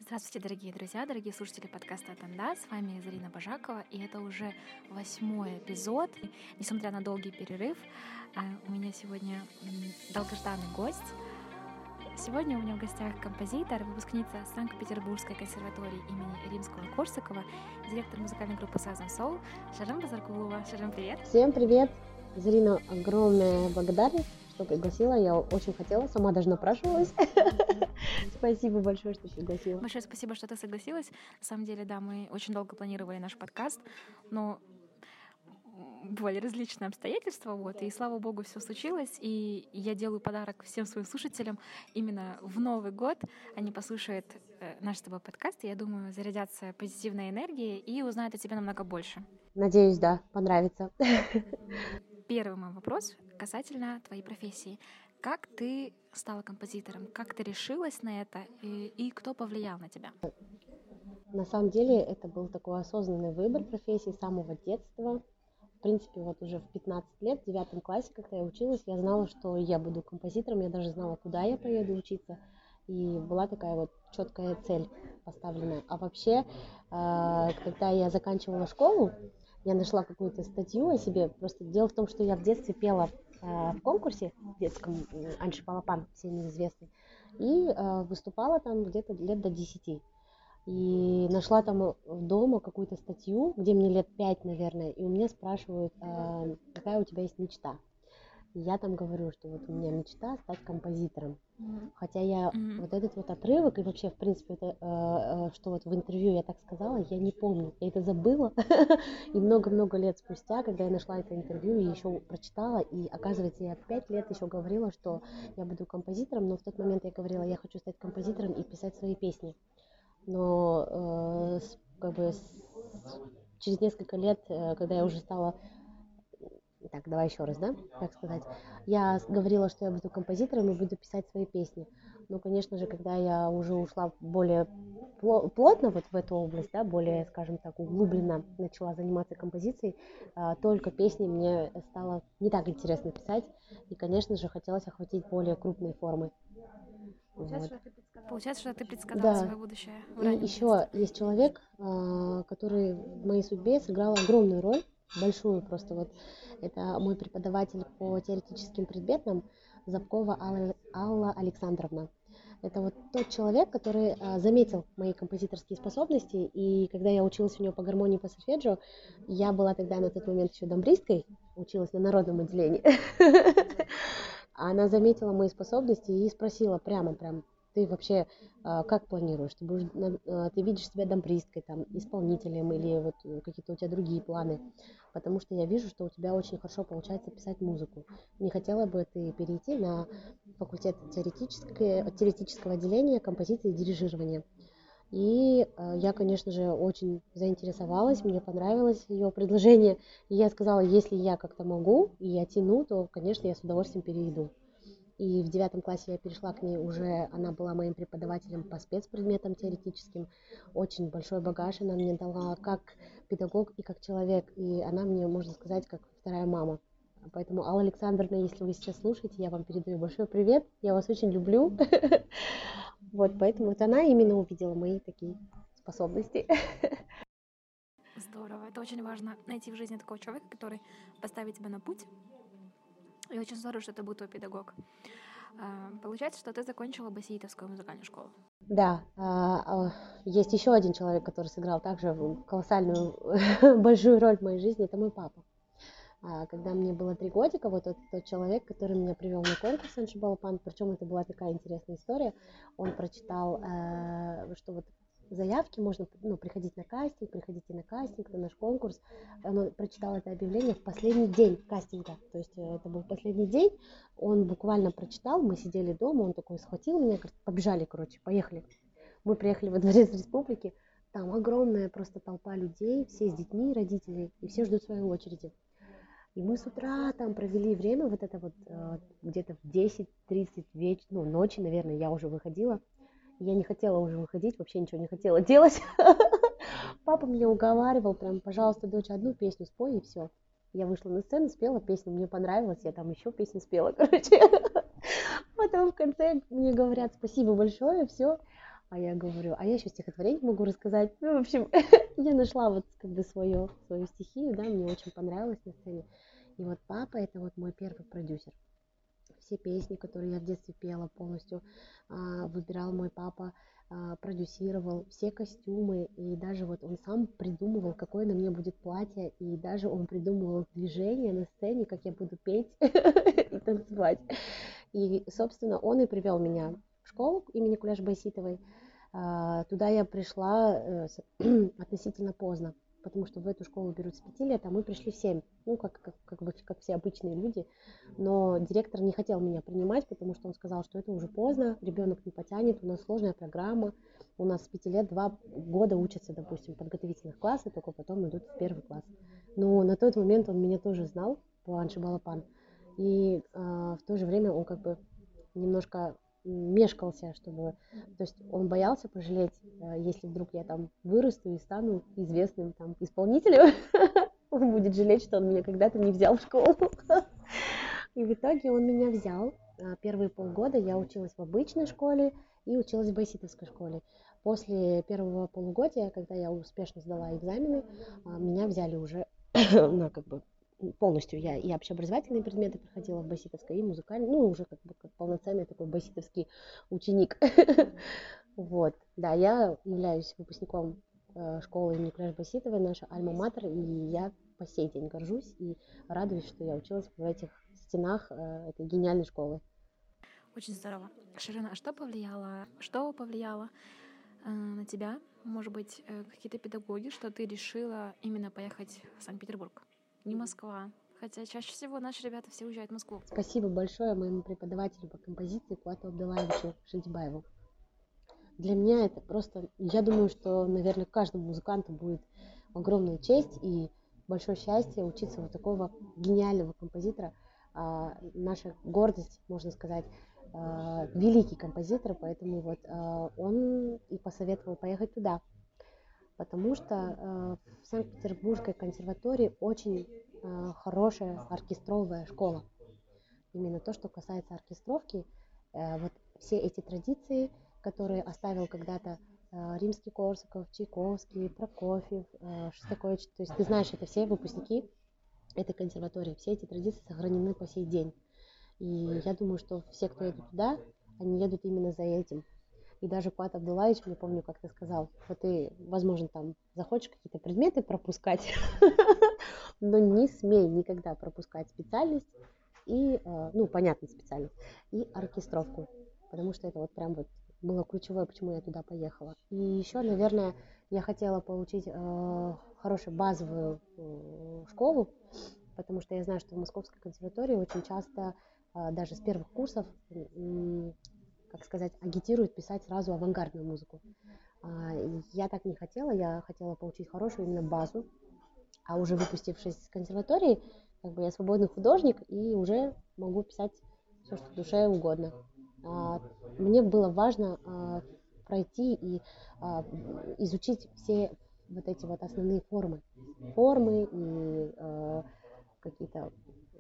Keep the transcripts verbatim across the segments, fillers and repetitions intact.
Здравствуйте, дорогие друзья, дорогие слушатели подкаста «Танда». С вами Зарина Бажакова, и это уже восьмой эпизод. Несмотря на долгий перерыв, у меня сегодня долгожданный гость. Сегодня у меня в гостях композитор, выпускница Санкт-Петербургской консерватории имени Римского-Корсакова, директор музыкальной группы Southern Soul Шарем Базаркулова. Шарем, привет! Всем привет! Зарина, огромная благодарность, что пригласила. Я очень хотела, сама даже напрашивалась. Спасибо большое, что пригласила. Большое спасибо, что ты согласилась. На самом деле, да, мы очень долго планировали наш подкаст, но бывали различные обстоятельства, вот, и слава богу, все случилось, и я делаю подарок всем своим слушателям. Именно в Новый год они послушают э, наш с тобой подкаст, и я думаю, зарядятся позитивной энергией и узнают о тебе намного больше. Надеюсь, да, понравится. Первый мой вопрос касательно твоей профессии. Как ты стала композитором? Как ты решилась на это? И, и кто повлиял на тебя? На самом деле, это был такой осознанный выбор профессии с самого детства. В принципе, вот уже в пятнадцать лет, в девятом классе, когда я училась, я знала, что я буду композитором, я даже знала, куда я поеду учиться. И была такая вот четкая цель поставленная. А вообще, когда я заканчивала школу, я нашла какую-то статью о себе. Просто дело в том, что я в детстве пела э, в конкурсе детском Анши Балапан, всеми известный, и э, выступала там где-то лет до десяти. И нашла там дома какую-то статью, где мне лет пять, наверное, и у меня спрашивают, э, какая у тебя есть мечта. И я там говорю, что вот у меня мечта стать композитором. Mm-hmm. Хотя я mm-hmm. вот этот вот отрывок, и вообще, в принципе, это, э, что вот в интервью я так сказала, я не помню. Я это забыла. И много-много лет спустя, когда я нашла это интервью и еще прочитала, и, оказывается, я пять лет еще говорила, что я буду композитором, но в тот момент я говорила, я хочу стать композитором и писать свои песни. Но э, как бы с, через несколько лет, э, когда я уже стала... Так, давай еще раз, да, как сказать. Я говорила, что я буду композитором и буду писать свои песни. Но, конечно же, когда я уже ушла более плотно вот в эту область, да, более, скажем так, углубленно начала заниматься композицией, только песни мне стало не так интересно писать. И, конечно же, хотелось охватить более крупные формы. Получается, вот. что, ты Получается, что ты предсказала да. свое будущее в раннем детстве. И еще есть человек, который в моей судьбе сыграл огромную роль, большую просто вот. Это мой преподаватель по теоретическим предметам Забкова Алла, Алла Александровна. Это вот тот человек, который а, заметил мои композиторские способности, и когда я училась у него по гармонии, по сольфеджио, я была тогда на тот момент еще дамбристкой, училась на народном отделении. Она заметила мои способности и спросила прямо, прям, ты вообще а, как планируешь? Ты, будешь, а, ты видишь себя дамбристкой, там, исполнителем или вот какие-то у тебя другие планы? Потому что я вижу, что у тебя очень хорошо получается писать музыку. Не хотела бы ты перейти на факультет теоретического отделения композиции и дирижирования. И э, я, конечно же, очень заинтересовалась, мне понравилось ее предложение. И я сказала, если я как-то могу, и я тяну, то, конечно, я с удовольствием перейду. И в девятом классе я перешла к ней уже, она была моим преподавателем по спецпредметам теоретическим. Очень большой багаж она мне дала как педагог и как человек. И она мне, можно сказать, как вторая мама. Поэтому, Алла Александровна, если вы сейчас слушаете, я вам передаю большой привет. Я вас очень люблю. Вот, поэтому вот она именно увидела мои такие способности. Здорово. Это очень важно, найти в жизни такого человека, который поставит тебя на путь. И очень здорово, что ты был твой педагог. Получается, что ты закончила Басеитовскую музыкальную школу. Да, есть еще один человек, который сыграл также колоссальную большую роль в моей жизни, это мой папа. Когда мне было три годика, вот тот, тот человек, который меня привел на конкурс Анши Балапан, причем это была такая интересная история, он прочитал, что вот заявки, можно ну, приходить на кастинг, приходите на кастинг, на наш конкурс. Он прочитал это объявление в последний день кастинга, то есть это был последний день, он буквально прочитал, мы сидели дома, он такой схватил меня, говорит, побежали, короче, поехали. Мы приехали во Дворец Республики, там огромная просто толпа людей, все с детьми, родители, и все ждут своей очереди. И мы с утра там провели время, вот это вот где-то в десять тридцать веч... ну, ночи, наверное, я уже выходила. Я не хотела уже выходить, вообще ничего не хотела делать. Папа меня уговаривал, прям, пожалуйста, дочь, одну песню спой, и все. Я вышла на сцену, спела песню, мне понравилось, я там еще песню спела, короче. Потом в конце мне говорят спасибо большое, все. А я говорю, а я еще стихотворение могу рассказать. Ну, в общем, я нашла вот как бы свою, свою стихию, да, мне очень понравилось на сцене. И вот папа — это вот мой первый продюсер. Все песни, которые я в детстве пела, полностью а, выбирал мой папа, а, продюсировал все костюмы, и даже вот он сам придумывал, какое на мне будет платье, и даже он придумывал движения на сцене, как я буду петь и танцевать. И, собственно, он и привел меня в школу имени Куляш Байситовой. А, Туда я пришла э, с- относительно поздно, потому что в эту школу берут с пяти лет, а мы пришли в семь, ну, как, как, как бы, как все обычные люди. Но директор не хотел меня принимать, потому что он сказал, что это уже поздно, ребенок не потянет, у нас сложная программа, у нас с пяти лет два года учатся, допустим, в подготовительных классах, только потом идут в первый класс. Но на тот момент он меня тоже знал, Пуанши Балапан, и а, в то же время он как бы немножко мешкался, чтобы, то есть он боялся пожалеть, э, если вдруг я там вырасту и стану известным там исполнителем, он будет жалеть, что он меня когда-то не взял в школу. И в итоге он меня взял. А, Первые полгода я училась в обычной школе и училась в байситовской школе. После первого полугодия, когда я успешно сдала экзамены, а, меня взяли уже на как бы полностью. Я и общеобразовательные предметы проходила в байситовской, и музыкальные, ну, уже как бы как полноценный такой байситовский ученик. Вот, да, я являюсь выпускником э, школы имени Куляш Байситовой, наша альма-матер, и я по сей день горжусь и радуюсь, что я училась в этих стенах э, этой гениальной школы. Очень здорово. Ширина, а что повлияло, что повлияло э, на тебя? Может быть, э, какие-то педагоги, что ты решила именно поехать в Санкт-Петербург, не Москва? Хотя чаще всего наши ребята все уезжают в Москву. Спасибо большое моему преподавателю по композиции Куату Абдулаевичу Шентибаеву. Для меня это просто, я думаю, что, наверное, каждому музыканту будет огромная честь и большое счастье учиться у такого гениального композитора. А, наша гордость, можно сказать, а, великий композитор, поэтому вот а, он и посоветовал поехать туда, потому что а, в Санкт-Петербургской консерватории очень а, хорошая оркестровая школа. Именно то, что касается оркестровки, э, вот все эти традиции, которые оставил когда-то э, Римский-Корсаков, Чайковский, Прокофьев, э, Шостакович, то есть ты знаешь, это все выпускники этой консерватории, все эти традиции сохранены по сей день. И я думаю, что все, кто едут туда, они едут именно за этим. И даже Пат Абдулаевич, мне помню, как ты сказал, вот ты, возможно, там захочешь какие-то предметы пропускать, но не смей никогда пропускать специальность и, э, ну, понятно, специальность, и оркестровку, потому что это вот прям вот было ключевое, почему я туда поехала. И еще, наверное, я хотела получить э, хорошую базовую э, школу, потому что я знаю, что в Московской консерватории очень часто, э, даже с первых курсов, м, как сказать, агитируют писать сразу авангардную музыку. А, я так не хотела, я хотела получить хорошую именно базу, а уже выпустившись из консерватории, как бы я свободный художник и уже могу писать все, что душе угодно. А, Мне было важно а, пройти и а, изучить все вот эти вот основные формы. Формы и а, какие-то,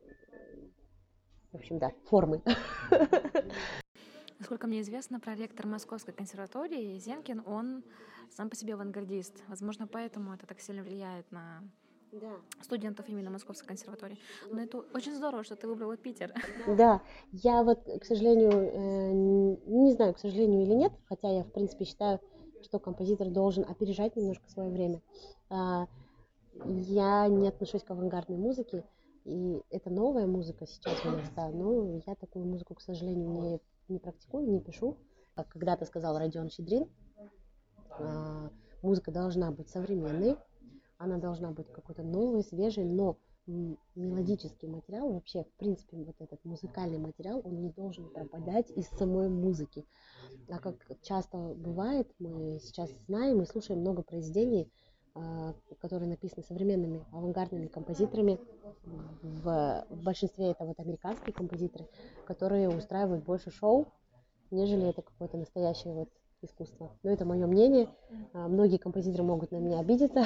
в общем, да, формы. Насколько мне известно, проректор Московской консерватории Зенкин, он сам по себе авангардист. Возможно, поэтому это так сильно влияет на Да. студентов именно Московской консерватории. Но это очень здорово, что ты выбрала Питер. Да, я вот, к сожалению, э, не знаю, к сожалению или нет, хотя я, в принципе, считаю, что композитор должен опережать немножко свое время. А, Я не отношусь к авангардной музыке, и это новая музыка сейчас у нас, да, но я такую музыку, к сожалению, не, не практикую, не пишу. Как когда-то сказал Родион Щедрин, а, музыка должна быть современной, она должна быть какой-то новой, свежей, но м, мелодический материал, вообще, в принципе, вот этот музыкальный материал, он не должен пропадать из самой музыки. А как часто бывает, мы сейчас знаем и слушаем много произведений, а, которые написаны современными авангардными композиторами. В, в большинстве это вот американские композиторы, которые устраивают больше шоу, нежели это какое-то настоящее вот искусство. Но это мое мнение. А, Многие композиторы могут на меня обидеться.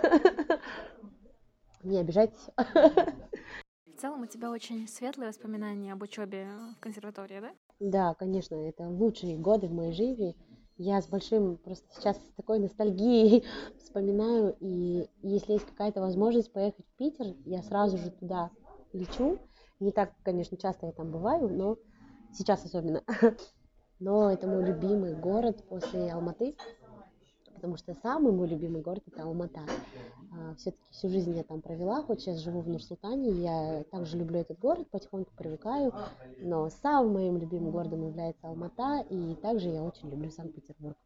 Не обижайтесь. В целом у тебя очень светлые воспоминания об учебе в консерватории, да? Да, конечно, это лучшие годы в моей жизни. Я с большим, просто сейчас с такой ностальгией вспоминаю, и если есть какая-то возможность поехать в Питер, я сразу же туда лечу. Не так, конечно, часто я там бываю, но сейчас особенно. Но это мой любимый город после Алматы, потому что самый мой любимый город это Алмата. А, все-таки всю жизнь я там провела, хоть сейчас живу в Нур-Султане, я также люблю этот город, потихоньку привыкаю, но самым моим любимым городом является Алмата, и также я очень люблю Санкт-Петербург.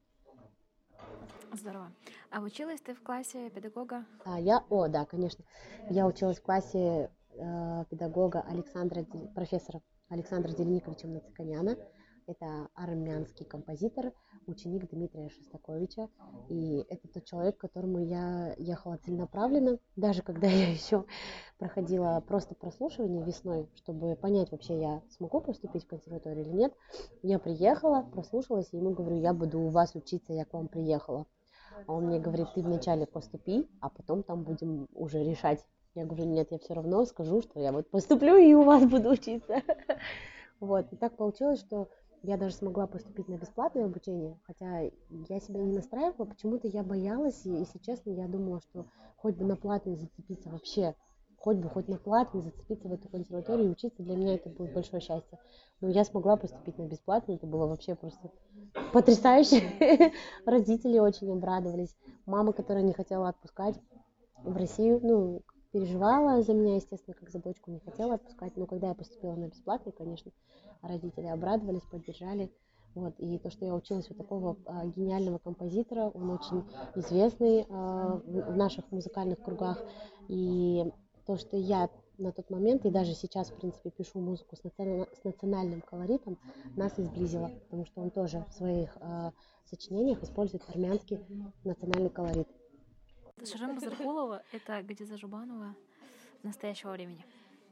Здорово. А училась ты в классе педагога? А я, о, да, конечно, я училась в классе э, педагога Александра, профессора Александра Делениковича Нациканяна. Это армянский композитор, ученик Дмитрия Шостаковича. И это тот человек, к которому я ехала целенаправленно, даже когда я еще проходила просто прослушивание весной, чтобы понять, вообще я смогу поступить в консерваторию или нет. Я приехала, прослушалась, и ему говорю, я буду у вас учиться, я к вам приехала. А он мне говорит, ты вначале поступи, а потом там будем уже решать. Я говорю, нет, я все равно скажу, что я вот поступлю и у вас буду учиться. Вот, и так получилось, что я даже смогла поступить на бесплатное обучение, хотя я себя не настраивала, почему-то я боялась, и, если честно, я думала, что хоть бы на платный зацепиться вообще, хоть бы хоть на платный зацепиться в эту консерваторию и учиться, для меня это будет большое счастье. Но я смогла поступить на бесплатный, это было вообще просто потрясающе. Родители очень обрадовались. Мама, которая не хотела отпускать в Россию, ну, переживала за меня, естественно, как за дочку, не хотела отпускать. Но когда я поступила на бесплатный, конечно, родители обрадовались, поддержали. Вот, и то, что я училась у такого а, гениального композитора, он очень известный а, в, в наших музыкальных кругах. И то, что я на тот момент, и даже сейчас, в принципе, пишу музыку с, наци... с национальным колоритом, нас и сблизило, потому что он тоже в своих а, сочинениях использует армянский национальный колорит. Шарем Базаркулова — это Гадиза Жубанова настоящего времени.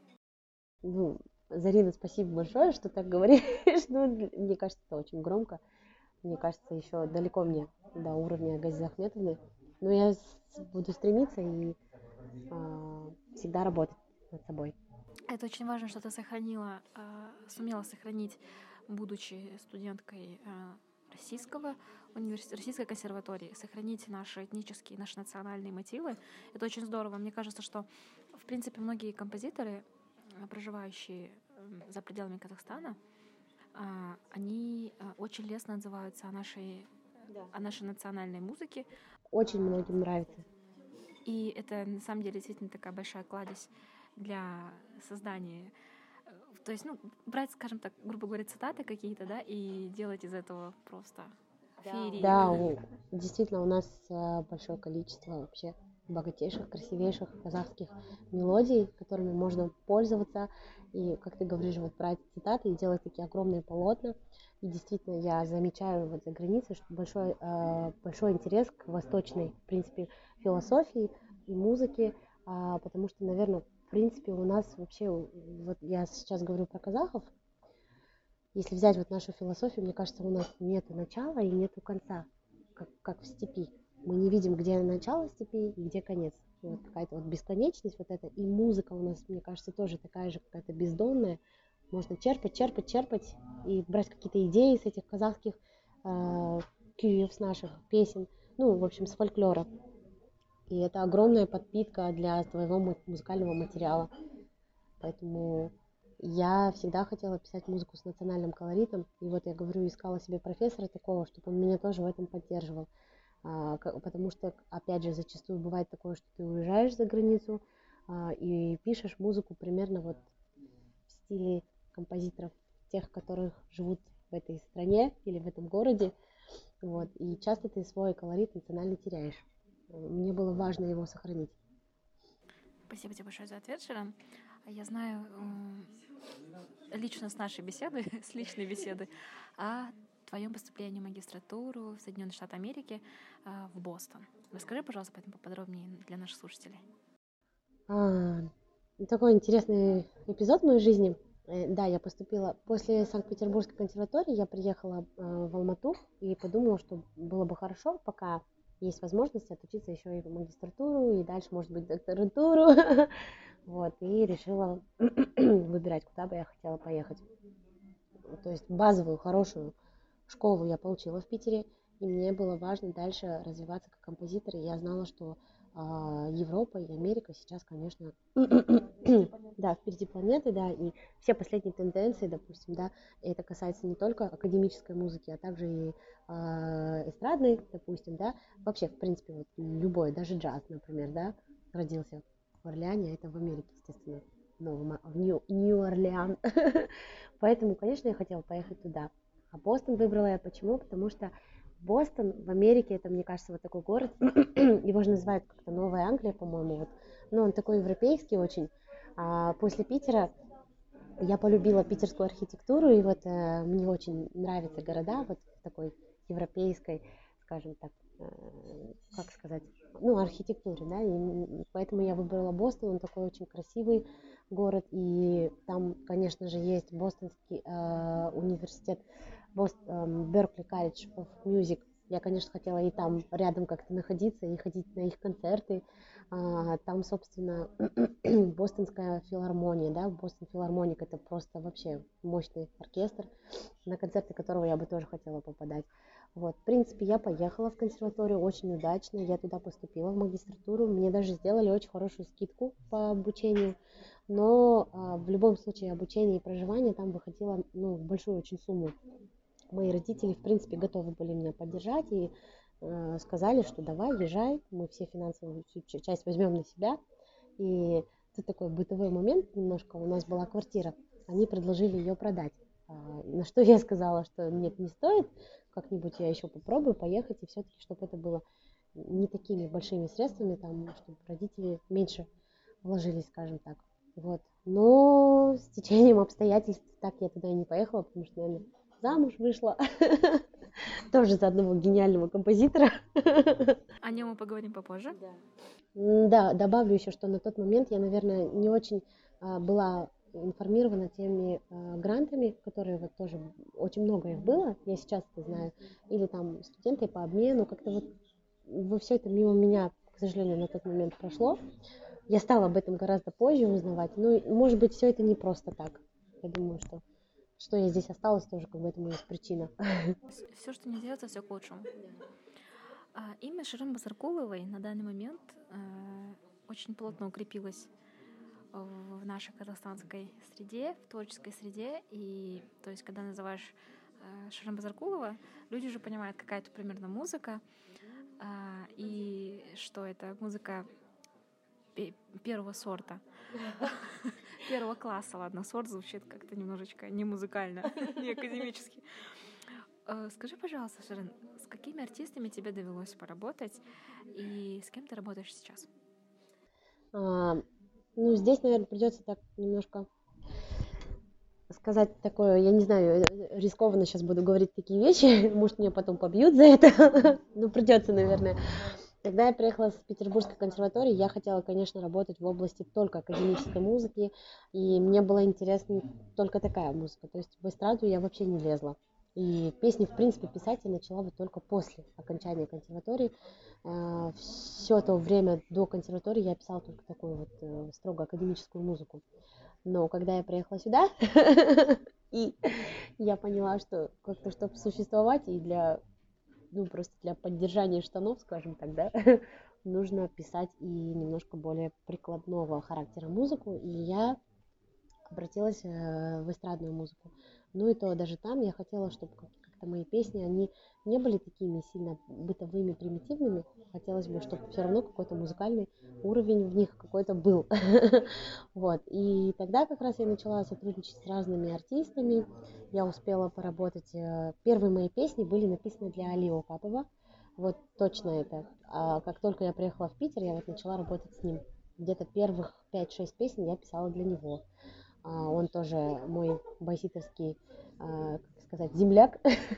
Ну, Зарина, спасибо большое, что так говоришь. Ну, мне кажется, это очень громко. Мне кажется, еще далеко мне до уровня Газизы Ахметовны. Но я буду стремиться и э, всегда работать над собой. Это очень важно, что ты сохранила, сумела сохранить, будучи студенткой российского университета, российской консерватории, сохранить наши этнические, наши национальные мотивы. Это очень здорово. Мне кажется, что, в принципе, многие композиторы, проживающие за пределами Казахстана, они очень лестно отзываются о нашей, да. о нашей национальной музыке. Очень многим нравится. И это, на самом деле, действительно такая большая кладезь для создания. То есть, ну, брать, скажем так, грубо говоря, цитаты какие-то, да, и делать из этого просто феерию. Да, у, действительно, у нас большое количество вообще богатейших, красивейших казахских мелодий, которыми можно пользоваться. И, как ты говоришь, вот брать цитаты и делать такие огромные полотна. И действительно, я замечаю вот за границей, что большой, э, большой интерес к восточной, в принципе, философии и музыке, э, потому что, наверное, в принципе, у нас вообще, вот я сейчас говорю про казахов, если взять вот нашу философию, мне кажется, у нас нет начала и нет конца, как, как в степи. Мы не видим, где начало степи и где конец. И вот какая-то вот бесконечность вот эта. И музыка у нас, мне кажется, тоже такая же какая-то бездонная. Можно черпать, черпать, черпать и брать какие-то идеи с этих казахских э, кюев, с наших песен. Ну, в общем, с фольклора. И это огромная подпитка для твоего музыкального материала. Поэтому я всегда хотела писать музыку с национальным колоритом. И вот я говорю, искала себе профессора такого, чтобы он меня тоже в этом поддерживал. А, потому что, опять же, зачастую бывает такое, что ты уезжаешь за границу а, и пишешь музыку примерно вот в стиле композиторов, тех, которых живут в этой стране или в этом городе. Вот. И часто ты свой колорит национальный теряешь. Мне было важно его сохранить. Спасибо тебе большое за ответ, Ширам. Я знаю лично с нашей беседы, с личной беседы, о твоем поступлении в магистратуру в Соединенные Штаты Америки, в Бостон. Расскажи, пожалуйста, об этом поподробнее для наших слушателей. А, такой интересный эпизод в моей жизни. Да, я поступила после Санкт-Петербургской консерватории, я приехала в Алмату и подумала, что было бы хорошо, пока есть возможность отучиться еще и в магистратуру, и дальше, может быть, докторантуру. Вот, и решила выбирать, куда бы я хотела поехать. То есть базовую, хорошую школу я получила в Питере, и мне было важно дальше развиваться как композитор, и я знала, что а, Европа и Америка сейчас, конечно, да, впереди планеты, да, и все последние тенденции, допустим, да, это касается не только академической музыки, а также и а, эстрадной, допустим, да, вообще, в принципе, вот любой, даже джаз, например, да, родился в Орлеане, а это в Америке, естественно, но в Ма- в Нью- Нью-Орлеан, поэтому, конечно, я хотела поехать туда. А Бостон выбрала я почему? Потому что Бостон в Америке, это, мне кажется, вот такой город, его же называют как-то Новая Англия, по-моему, вот. Но он такой европейский очень. А после Питера я полюбила питерскую архитектуру, и вот э, мне очень нравятся города вот в такой европейской, скажем так, э, как сказать, ну, архитектуре, да, и поэтому я выбрала Бостон, он такой очень красивый город, и там, конечно же, есть Бостонский э, университет, Бост, э, Беркли Колледж of Music. Я, конечно, хотела и там рядом как-то находиться, и ходить на их концерты. А, там, собственно, Бостонская филармония, да, Бостон филармоник, это просто вообще мощный оркестр, на концерты которого я бы тоже хотела попадать. Вот, в принципе, я поехала в консерваторию очень удачно, я туда поступила в магистратуру, мне даже сделали очень хорошую скидку по обучению, но а, в любом случае обучение и проживание там выходило, ну, в большую очень сумму. Мои родители, в принципе, готовы были меня поддержать и э, сказали, что давай, езжай, мы все финансовую всю ч- часть возьмем на себя. И тут такой бытовой момент немножко, у нас была квартира, они предложили ее продать. А, на что я сказала, что нет, не стоит, как-нибудь я еще попробую поехать, и все-таки, чтобы это было не такими большими средствами, там, чтобы родители меньше вложились, скажем так. Вот. Но с течением обстоятельств так я туда и не поехала, потому что, наверное, замуж вышла. Тоже за одного гениального композитора. О нем мы поговорим попозже. Да, добавлю еще, что на тот момент я, наверное, не очень а, была информирована теми а, грантами, которые вот тоже очень много их было, я сейчас это знаю, или там студенты по обмену, как-то вот, вот все это мимо меня, к сожалению, на тот момент прошло. Я стала об этом гораздо позже узнавать, ну, может быть, все это не просто так. Я думаю, что что я здесь осталась, тоже как бы этому есть причина. Все, что не делается, все к лучшему. А, имя Ширин Базаркуловой на данный момент э, очень плотно укрепилось в нашей казахстанской среде, в творческой среде. И то есть, когда называешь э, Ширин Базаркулова, люди уже понимают, какая это примерно музыка, э, и что это музыка пе- первого сорта. Первого класса, ладно, сорт звучит как-то немножечко не музыкально, не академически. Э, Скажи, пожалуйста, Ширин, с какими артистами тебе довелось поработать и с кем ты работаешь сейчас? А, ну, здесь, наверное, придется так немножко сказать такое, я не знаю, э, рискованно сейчас буду говорить такие вещи, может, меня потом побьют за это, но придется, наверное. Когда я приехала с Петербургской консерватории, я хотела, конечно, работать в области только академической музыки, и мне была интересна только такая музыка, то есть в эстраду я вообще не лезла. И песни, в принципе, писать я начала вот только после окончания консерватории. Все то время до консерватории я писала только такую вот э, строго академическую музыку. Но когда я приехала сюда, и я поняла, что как-то, чтобы существовать и для, ну, просто для поддержания штанов, скажем так, да, нужно писать и немножко более прикладного характера музыку, и я обратилась э, в эстрадную музыку. Ну и то даже там я хотела, чтобы как-то мои песни, они не были такими сильно бытовыми, примитивными. Хотелось бы, чтобы все равно какой-то музыкальный уровень в них какой-то был. Вот. И тогда как раз я начала сотрудничать с разными артистами. Я успела поработать. э, Первые мои песни были написаны для Али Окапова. Вот точно это. А как только я приехала в Питер, я вот начала работать с ним. Где-то первых пять-шесть песен я писала для него. А, Он тоже мой байситерский, а, как сказать, земляк,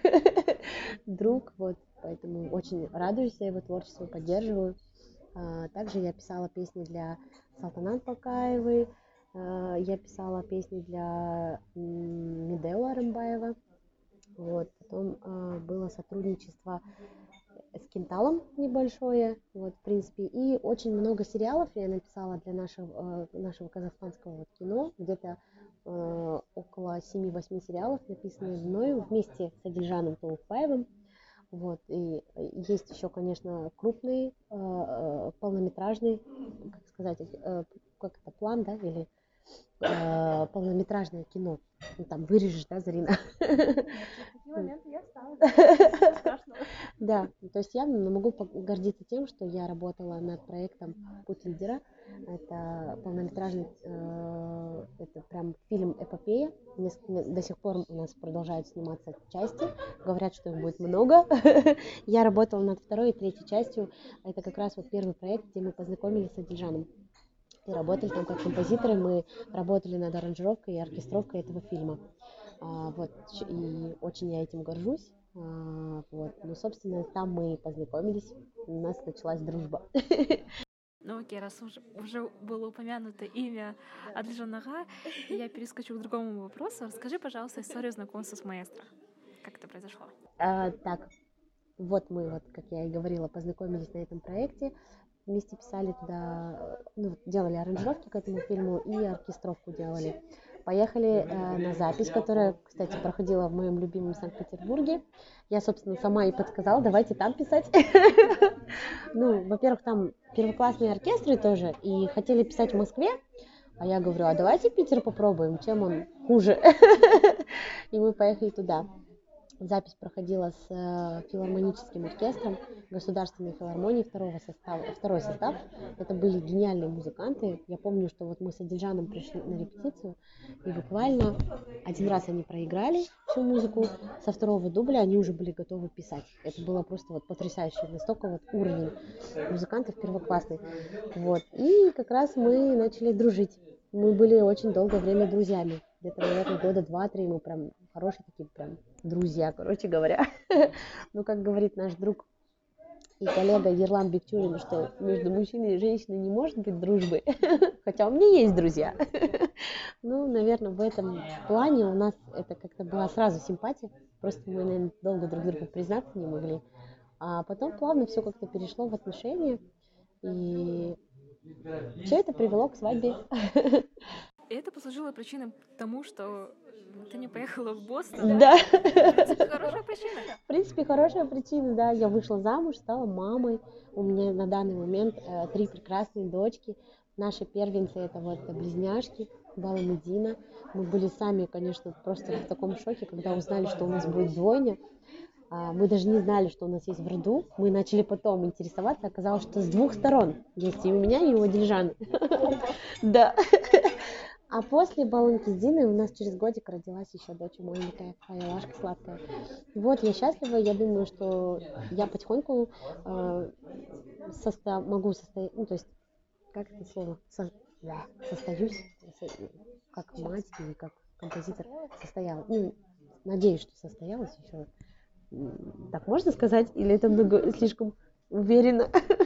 друг, вот, поэтому очень радуюсь я его творчеству, поддерживаю. А, Также я писала песни для Салтанат Бакаевой, а, я писала песни для м, Медео Арымбаева, вот, потом а, было сотрудничество с Кенталом небольшое, вот, в принципе, и очень много сериалов я написала для нашего, э, нашего казахстанского вот кино, где-то э, около семи-восьми сериалов, написанных мною вместе с Адильжаном Толукбаевым. Вот. И есть еще, конечно, крупный э, э, полнометражный, как сказать, э, как это, план, да, или э, полнометражное кино. Ну, там вырежешь, да, Зарина? Такие моменты я ставлю. Страшно. Да, то есть я могу гордиться тем, что я работала над проектом «Путь лидера». Это полнометражный, э, это прям фильм-эпопея. До сих пор у нас продолжают сниматься части. Говорят, что их будет много. Я работала над второй и третьей частью. Это как раз вот первый проект, где мы познакомились с Адильжаном. И работали там как композиторы. Мы работали над аранжировкой и оркестровкой этого фильма. А, вот, и очень я этим горжусь. А, вот. Ну, собственно, там мы познакомились, у нас началась дружба. Ну окей, раз уже, уже было упомянуто имя Адильжан ага, я перескочу к другому вопросу. Расскажи, пожалуйста, историю знакомства с маэстро. Как это произошло? А, так, вот мы, вот, как я и говорила, познакомились на этом проекте. Вместе писали туда, ну, делали аранжировки к этому фильму и оркестровку делали. Поехали э, на запись, которая, кстати, проходила в моем любимом Санкт-Петербурге. Я, собственно, сама и подсказала, давайте там писать. Ну, во-первых, там первоклассные оркестры тоже, и хотели писать в Москве, а я говорю, а давайте Питер попробуем, чем он хуже. И мы поехали туда. Запись проходила с э, филармоническим оркестром Государственной филармонии второго состава, второй состав. Это были гениальные музыканты. Я помню, что вот мы с Адильжаном пришли на репетицию, и буквально один раз они проиграли всю музыку, со второго дубля они уже были готовы писать. Это было просто вот потрясающе, настолько вот уровень музыкантов первоклассный. Вот. И как раз мы начали дружить. Мы были очень долгое время друзьями. Где-то, наверное, года два-три мы прям хорошие такие прям друзья, короче говоря. Ну, как говорит наш друг и коллега Ерлан Бектюрин, что между мужчиной и женщиной не может быть дружбы, хотя у меня есть друзья. Ну, наверное, в этом плане у нас это как-то была сразу симпатия, просто мы, наверное, долго друг другу признаться не могли. А потом плавно все как-то перешло в отношения, и все это привело к свадьбе. И это послужило причиной тому, что ты не поехала в Бостон. Да. В принципе, хорошая причина. В принципе, хорошая причина, да. Я вышла замуж, стала мамой. У меня на данный момент э, три прекрасные дочки. Наши первенцы — это вот близняшки Бала и Медина. Мы были сами, конечно, просто в таком шоке, когда узнали, что у нас будет двойня. А, мы даже не знали, что у нас есть в роду. Мы начали потом интересоваться. Оказалось, что с двух сторон есть и у меня, и у Адильжана. Да. А после баллонки с Диной у нас через годик родилась еще дочь маленькая, Айлашка сладкая. Вот, я счастлива, я думаю, что я потихоньку э, состо... могу состоять, ну, то есть, как это слово, Со... да, состоюсь, со... как мать или как композитор состоялась. Ну, надеюсь, что состоялась еще. Так можно сказать? Или это много слишком уверенно?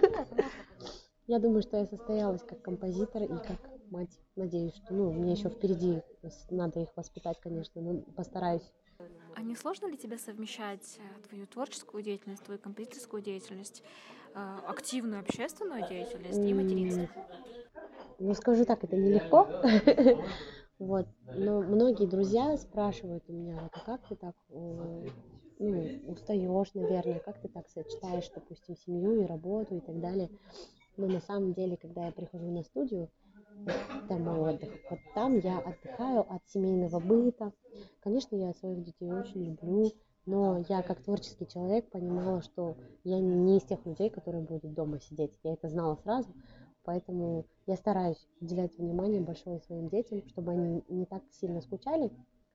Я думаю, что я состоялась как композитор и как мать. Надеюсь, что, ну, мне еще впереди надо их воспитать, конечно, но постараюсь. А не сложно ли тебе совмещать твою творческую деятельность, твою композиторскую деятельность, активную общественную деятельность и материнство? Ну, скажу так, это нелегко. Вот. Но многие друзья спрашивают у меня, вот, а как ты так, ну, устаешь, наверное, как ты так сочетаешь, допустим, семью и работу и так далее. Но на самом деле, когда я прихожу на студию, это мой отдых. Вот там я отдыхаю от семейного быта. Конечно, я своих детей очень люблю, но я как творческий человек понимала, что я не из тех людей, которые будут дома сидеть. Я это знала сразу, поэтому я стараюсь уделять внимание большое своим детям, чтобы они не так сильно скучали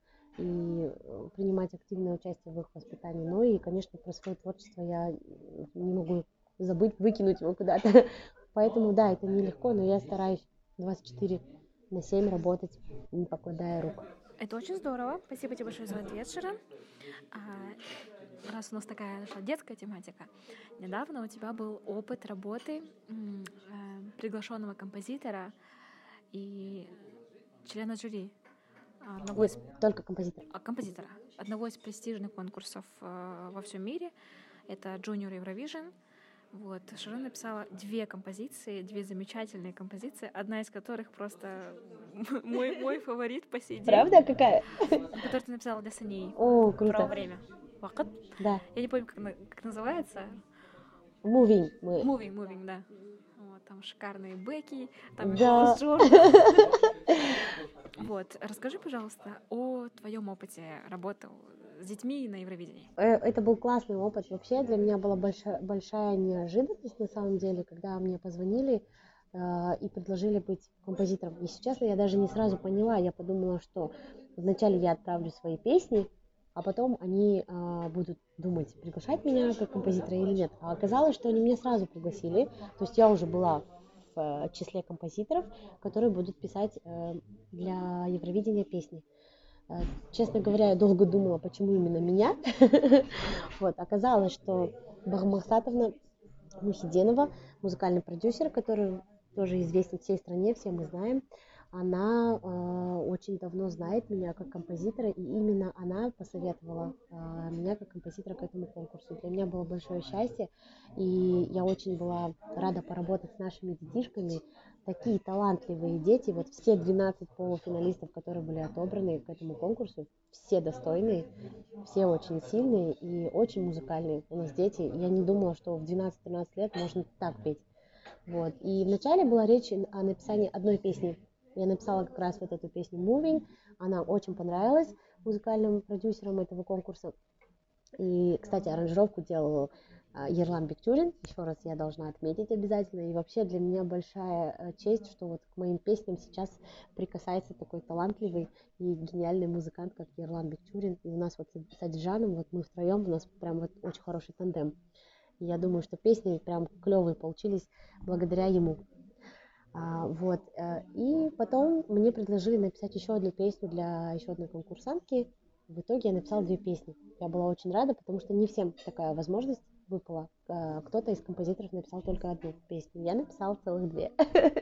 и принимать активное участие в их воспитании. Ну и, конечно, про свое творчество я не могу забыть, выкинуть его куда-то. Поэтому, да, это нелегко, но я стараюсь двадцать четыре на семь работать, не покладая рук. Это очень здорово. Спасибо тебе большое за ответ, Ширин. А, раз у нас такая наша детская тематика, недавно у тебя был опыт работы м, э, приглашенного композитора и члена жюри. Одного Нет, из... только композитора. А, композитора. Одного из престижных конкурсов э, во всем мире. Это Junior Eurovision. Вот, Ширин написала две композиции, две замечательные композиции, одна из которых просто мой, мой фаворит по сей день. Правда? Какая? Которую ты написала для Саней. О, круто. Про время. Вакат? Да. Я не помню, как, как называется. Moving. Moving, moving, да. Вот, там шикарные бэки, там да. голос Джордан. Вот, расскажи, пожалуйста, о твоем опыте работы с детьми на Евровидении. Это был классный опыт. Вообще для меня была большая, большая неожиданность на самом деле, когда мне позвонили э, и предложили быть композитором. Если честно, я даже не сразу поняла. Я подумала, что вначале я отправлю свои песни, а потом они э, будут думать, приглашать меня как композитора или нет. А оказалось, что они меня сразу пригласили. То есть я уже была в числе композиторов, которые будут писать э, для Евровидения песни. Честно говоря, я долго думала, почему именно меня. Вот, оказалось, что Багмахсатовна Мухиденова, музыкальный продюсер, который тоже известен всей стране, все мы знаем, она э, очень давно знает меня как композитора, и именно она посоветовала э, меня как композитора к этому конкурсу. Для меня было большое счастье, и я очень была рада поработать с нашими детишками. Такие талантливые дети, вот все двенадцать полуфиналистов, которые были отобраны к этому конкурсу, все достойные, все очень сильные и очень музыкальные у нас дети. Я не думала, что в двенадцать-тринадцать лет можно так петь. Вот. И вначале была речь о написании одной песни. Я написала как раз вот эту песню Moving, она очень понравилась музыкальным продюсерам этого конкурса. И, кстати, аранжировку делал Ерлан Бектюрин, еще раз я должна отметить обязательно. И вообще для меня большая честь, что вот к моим песням сейчас прикасается такой талантливый и гениальный музыкант, как Ерлан Бектюрин. И у нас вот с Адижаном, вот мы втроем, у нас прям вот очень хороший тандем. И я думаю, что песни прям клевые получились благодаря ему. А, вот. И потом мне предложили написать еще одну песню для еще одной конкурсантки. В итоге я написала две песни. Я была очень рада, потому что не всем такая возможность выпала. Кто-то из композиторов написал только одну песню. Я написала целых две.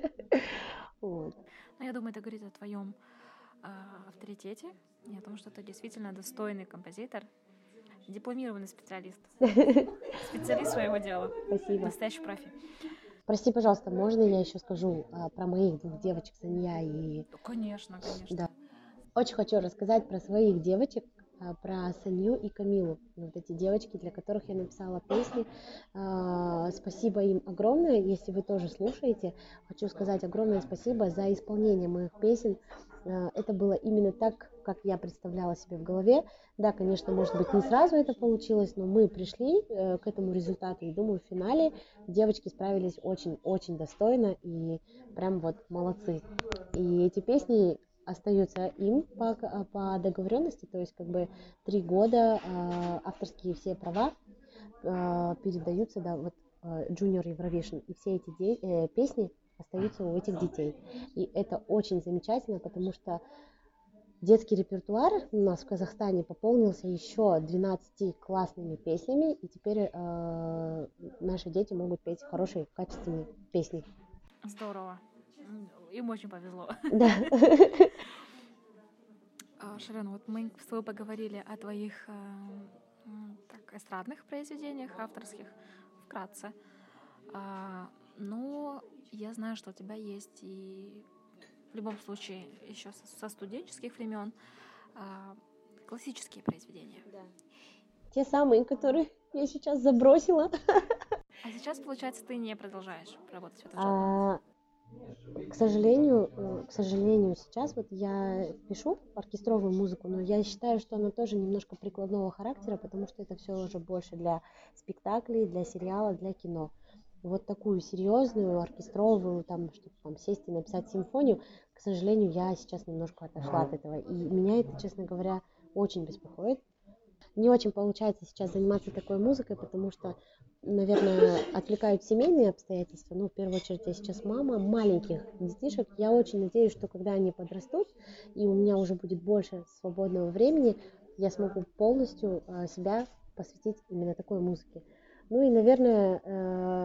Вот. Ну, я думаю, это говорит о твоем э, авторитете и о том, что ты действительно достойный композитор, дипломированный специалист. Специалист своего дела. Спасибо. Настоящий профи. Прости, пожалуйста, можно я еще скажу а, про моих двух девочек, Сания и... Конечно, конечно. Да. Очень хочу рассказать про своих девочек, а, про Санью и Камилу. Вот эти девочки, для которых я написала песни. А, спасибо им огромное, если вы тоже слушаете. Хочу сказать огромное спасибо за исполнение моих песен. А, это было именно так, как я представляла себе в голове. Да, конечно, может быть, не сразу это получилось, но мы пришли э, к этому результату. И думаю, в финале девочки справились очень-очень достойно и прям вот молодцы. И эти песни остаются им по, по договоренности, то есть как бы три года э, авторские все права э, передаются, да, вот э, Junior Eurovision, и все эти де- э, песни остаются у этих детей. И это очень замечательно, потому что детский репертуар у нас в Казахстане пополнился еще двенадцатью классными песнями, и теперь э, наши дети могут петь хорошие, качественные песни. Здорово. Им очень повезло. Да. Ширин, вот мы с тобой поговорили о твоих э, так, эстрадных произведениях, авторских, вкратце. А, но я знаю, что у тебя есть и в любом случае еще со, со студенческих времен а, классические произведения. Да. Те самые, которые я сейчас забросила. А сейчас, получается, ты не продолжаешь работать в этом жанре? К сожалению, к сожалению, сейчас вот я пишу оркестровую музыку, но я считаю, что она тоже немножко прикладного характера, потому что это все уже больше для спектаклей, для сериала, для кино. Вот такую серьезную оркестровую, там, чтобы там сесть и написать симфонию, к сожалению, я сейчас немножко отошла от этого. И меня это, честно говоря, очень беспокоит. Не очень получается сейчас заниматься такой музыкой, потому что, наверное, отвлекают семейные обстоятельства. Ну, в первую очередь, я сейчас мама маленьких детишек. Я очень надеюсь, что когда они подрастут, и у меня уже будет больше свободного времени, я смогу полностью себя посвятить именно такой музыке. Ну и, наверное,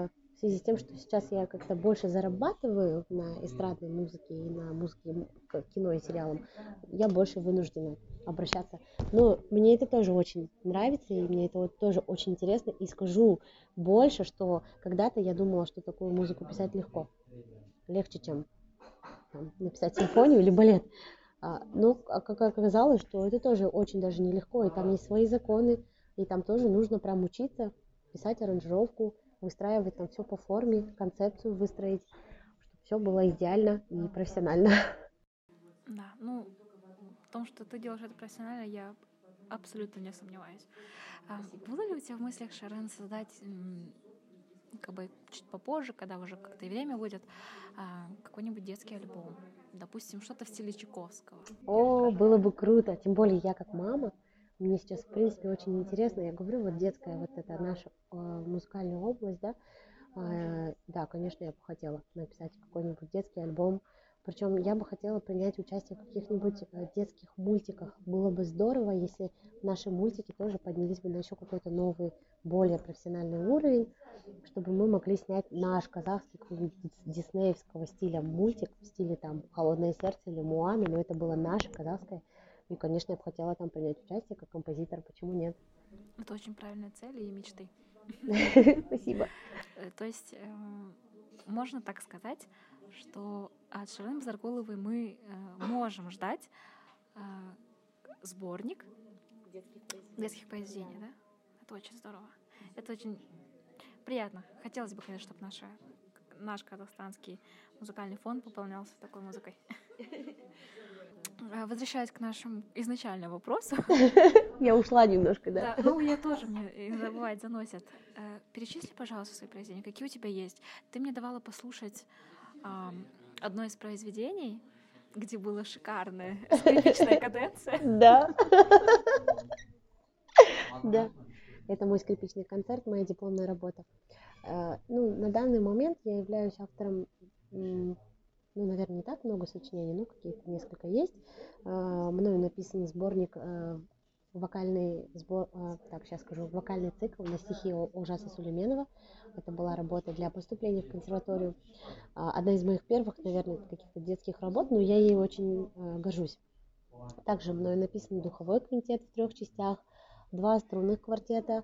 связи с тем, что сейчас я как-то больше зарабатываю на эстрадной музыке и на музыке к кино и сериалам, я больше вынуждена обращаться. Но мне это тоже очень нравится, и мне это вот тоже очень интересно. И скажу больше, что когда-то я думала, что такую музыку писать легко. Легче, чем там, написать симфонию или балет. А, но а как оказалось, что это тоже очень даже нелегко, и там есть свои законы, и там тоже нужно прям учиться писать аранжировку, выстраивать там все по форме, концепцию выстроить, чтобы все было идеально и профессионально. Да, ну, в том, что ты делаешь это профессионально, я абсолютно не сомневаюсь. А, было ли у тебя в мыслях, Шарен, создать, м, как бы чуть попозже, когда уже как-то и время будет, а, какой-нибудь детский альбом? Допустим, что-то в стиле Чайковского. О, было бы круто, тем более я как мама, мне сейчас, в принципе, очень интересно, я говорю, вот детская вот эта наша э, музыкальная область, да, э, да, конечно, я бы хотела написать какой-нибудь детский альбом, причем я бы хотела принять участие в каких-нибудь э, детских мультиках, было бы здорово, если наши мультики тоже поднялись бы на еще какой-то новый, более профессиональный уровень, чтобы мы могли снять наш казахский какой-нибудь диснеевского стиля мультик в стиле там «Холодное сердце» или «Муана», но это было наше казахское. И, конечно, я бы хотела там принять участие как композитор, почему нет? Это очень правильные цели и мечты. Спасибо. То есть можно так сказать, что от Шарен Базаргуловой мы можем ждать сборник детских произведений, да? Это очень здорово. Это очень приятно. Хотелось бы, конечно, чтобы наша, наш казахстанский музыкальный фонд пополнялся такой музыкой. Возвращаясь к нашему изначальному вопросу. Я ушла немножко, да? Да, ну я тоже, мне иногда бывает заносят. Перечисли, пожалуйста, свои произведения. Какие у тебя есть? Ты мне давала послушать одно из произведений, где была шикарная скрипичная каденция. Да. Да. Это мой скрипичный концерт, моя дипломная работа. Ну, на данный момент я являюсь автором, ну, наверное, не так много сочинений, но какие-то несколько есть. Мною написан сборник, вокальный сбор, так, сейчас скажу, вокальный цикл на стихи Олжаса Сулейменова. Это была работа для поступления в консерваторию. Одна из моих первых, наверное, каких-то детских работ, но я ей очень горжусь. Также мною написан духовой квинтет в трех частях, два струнных квартета,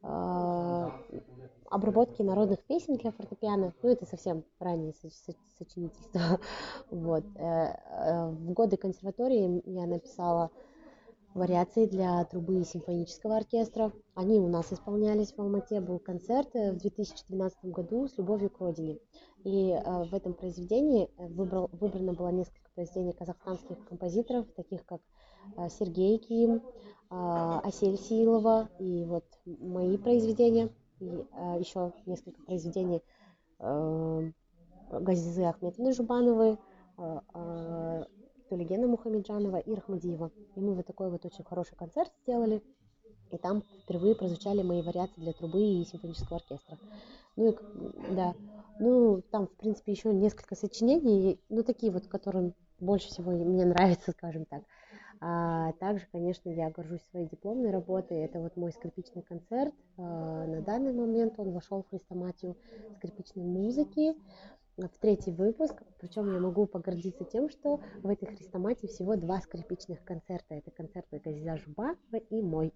обработки народных песен для фортепиано, ну это совсем раннее сочинительство. Вот. В годы консерватории я написала вариации для трубы и симфонического оркестра. Они у нас исполнялись в Алмате. Был концерт в две тысячи двенадцатом году с любовью к родине. И э, в этом произведении выбрал, выбрано было несколько произведений казахстанских композиторов, таких как э, Сергей Ким, э, Асель Силова и вот мои произведения, и э, еще несколько произведений э, Газизы Ахметовны Жубановой, э, э, Тулигена Мухамеджанова и Рахмадиева. И мы вот такой вот очень хороший концерт сделали. И там впервые прозвучали мои вариации для трубы и симфонического оркестра. Ну и, да, ну там, в принципе, еще несколько сочинений, ну такие вот, которые больше всего мне нравятся, скажем так. А также, конечно, я горжусь своей дипломной работой. Это вот мой скрипичный концерт. А, на данный момент он вошел в хрестоматию скрипичной музыки в третий выпуск, причем я могу погордиться тем, что в этой хрестоматии всего два скрипичных концерта. Это концерты Газиза Жубанова и мой.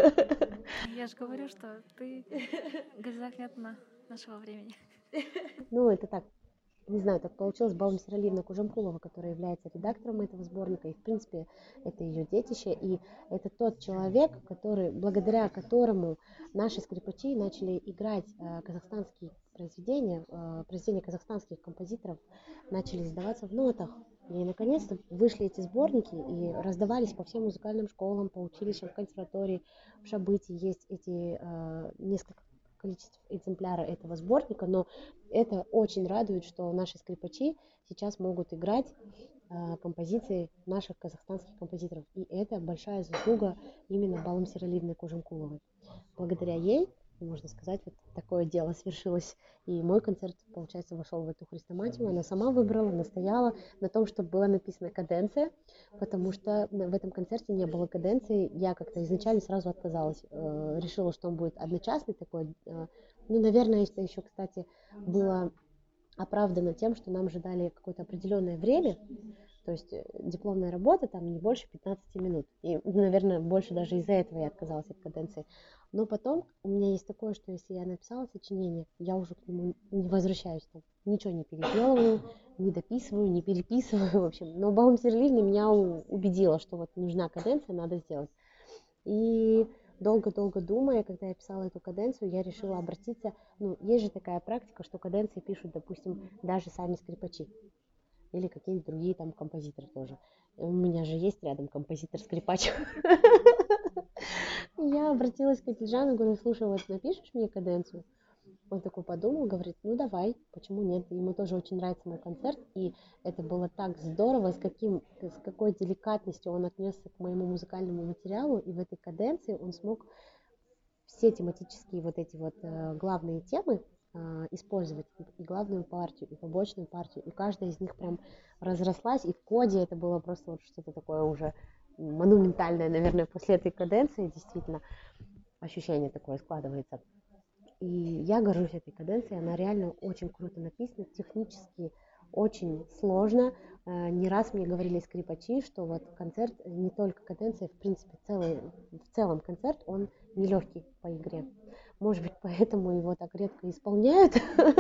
Я же говорю, что ты Газиза Ахметовна нашего времени. Ну, это так, не знаю, так получилось. Балым Сералиевна Кужамкулова, которая является редактором этого сборника, и, в принципе, это ее детище, и это тот человек, который, благодаря которому наши скрипачи начали играть э, казахстанские произведения, э, произведения казахстанских композиторов начали издаваться в нотах. И, наконец-то, вышли эти сборники и раздавались по всем музыкальным школам, по училищам, в консерватории, в Шабыте есть эти э, несколько количеств экземпляра этого сборника, но это очень радует, что наши скрипачи сейчас могут играть э, композиции наших казахстанских композиторов. И это большая заслуга именно Балым Сералиевны Кужамкуловой. Благодаря ей можно сказать, вот такое дело свершилось. И мой концерт, получается, вошел в эту хрестоматию. Она сама выбрала, настояла на том, чтобы была написана каденция, потому что в этом концерте не было каденции. Я как-то изначально сразу отказалась. Э, решила, что он будет одночасный такой. Э, ну, наверное, это еще, кстати, было оправдано тем, что нам же дали какое-то определенное время. То есть дипломная работа там не больше пятнадцати минут. И, наверное, больше даже из-за этого я отказалась от каденции. Но потом у меня есть такое, что если я написала сочинение, я уже к нему не возвращаюсь. Там, ничего не переделываю, не дописываю, не переписываю, в общем. Но Баумсерлин меня убедила, что вот нужна каденция, надо сделать. И долго-долго думая, когда я писала эту каденцию, я решила обратиться. Ну, есть же такая практика, что каденции пишут, допустим, даже сами скрипачи. Или какие-то другие там композиторы тоже. У меня же есть рядом композитор-скрипач. Я обратилась к Атиджану, говорю, слушай, вот напишешь мне каденцию? Он такой подумал, говорит, ну давай, почему нет? Ему тоже очень нравится мой концерт, и это было так здорово, с, каким, с какой деликатностью он отнесся к моему музыкальному материалу, и в этой каденции он смог все тематические вот эти вот э, главные темы э, использовать, и главную партию, и побочную партию, и каждая из них прям разрослась, и в коде это было просто вот что-то такое уже монументальное, наверное, после этой каденции, действительно, ощущение такое складывается. И я горжусь этой каденцией, она реально очень круто написана, технически очень сложно. Не раз мне говорили скрипачи, что вот концерт, не только каденция, в принципе, целый, в целом концерт, он нелегкий по игре. Может быть, поэтому его так редко исполняют.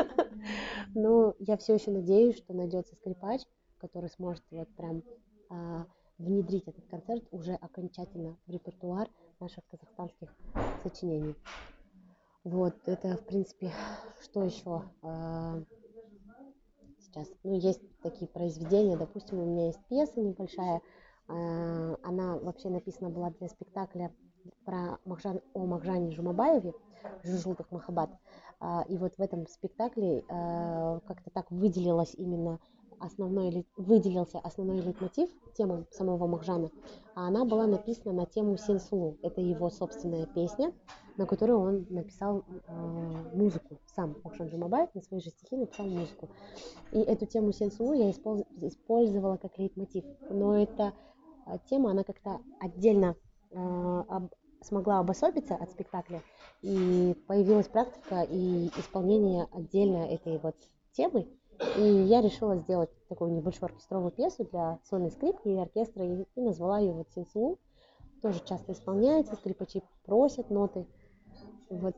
Но я все еще надеюсь, что найдется скрипач, который сможет вот прям а, внедрить этот концерт уже окончательно в репертуар наших казахстанских сочинений. Вот, это, в принципе, что еще а, сейчас? Ну, есть такие произведения, допустим, у меня есть пьеса небольшая, а, она вообще написана была для спектакля про Махжан, о Махжане Жумабаеве, Жужултых Махаббат. А, и вот в этом спектакле а, как-то так выделилась именно основной, выделился основной лейтмотив, тема самого Махжана, а она была написана на тему Сен-Сулу. Это его собственная песня, на которую он написал э, музыку. Сам Махжан Жумабаев на свои же стихи написал музыку. И эту тему Сен-Сулу я использовала как лейтмотив. Но эта э, тема, она как-то отдельно э, об, смогла обособиться от спектакля. И появилась практика и исполнение отдельно этой вот темы. И я решила сделать такую небольшую оркестровую пьесу для сольной скрипки и оркестра, и, и назвала ее вот Сен-Сулу. Тоже часто исполняется, скрипачи просят ноты. Вот.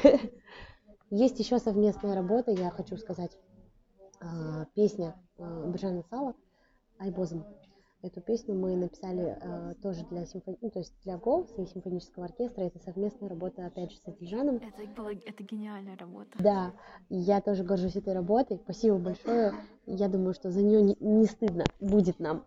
Есть еще совместная работа, я хочу сказать, песня Биржан Сала «Айбозым». Эту песню мы написали э, тоже для симфони... ну, то есть для голоса и симфонического оркестра. Это совместная работа, опять же, с Адильжаном. Это, была... это гениальная работа. Да, я тоже горжусь этой работой. Спасибо большое. Я думаю, что за нее не, не стыдно будет нам.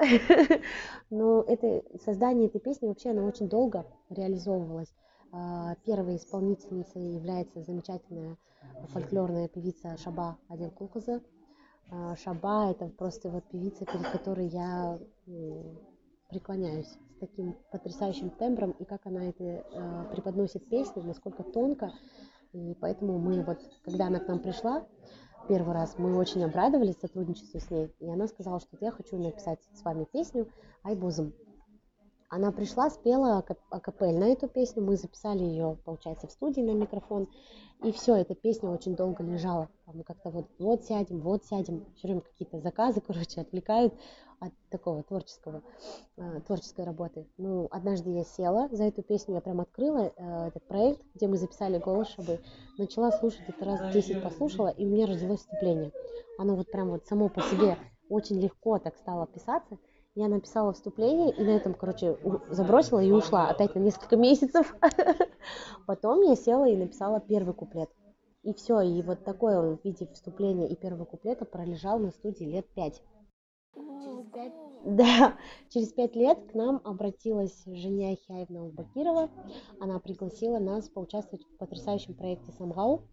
Но это, создание этой песни вообще, оно очень долго реализовывалось. Первой исполнительницей является замечательная фольклорная певица Шаба Адел Кулкоза. Шаба — это просто вот певица, перед которой я преклоняюсь, с таким потрясающим тембром, и как она это э, преподносит песню, насколько тонко. И поэтому мы вот, когда она к нам пришла первый раз, мы очень обрадовались сотрудничеству с ней, и она сказала, что я хочу написать с вами песню «Айбозым». Она пришла, спела акапельно эту песню, мы записали ее, получается, в студии на микрофон, и все, эта песня очень долго лежала. Мы как-то вот, вот сядем, вот сядем, все время какие-то заказы, короче, отвлекают от такого творческого, э, творческой работы. Ну, однажды я села за эту песню, я прям открыла э, этот проект, где мы записали голос Шабы, начала слушать, это раз десять послушала, и у меня родилось вступление. Оно вот прям вот само по себе очень легко так стало писаться. Я написала вступление и на этом, короче, забросила и ушла опять на несколько месяцев. Потом я села и написала первый куплет. И все, и вот такой он в виде вступления и первого куплета пролежал на студии лет пять. Через пять, да, через пять лет к нам обратилась Женя Хяевна Бакирова. Она пригласила нас поучаствовать в потрясающем проекте «Самгау»,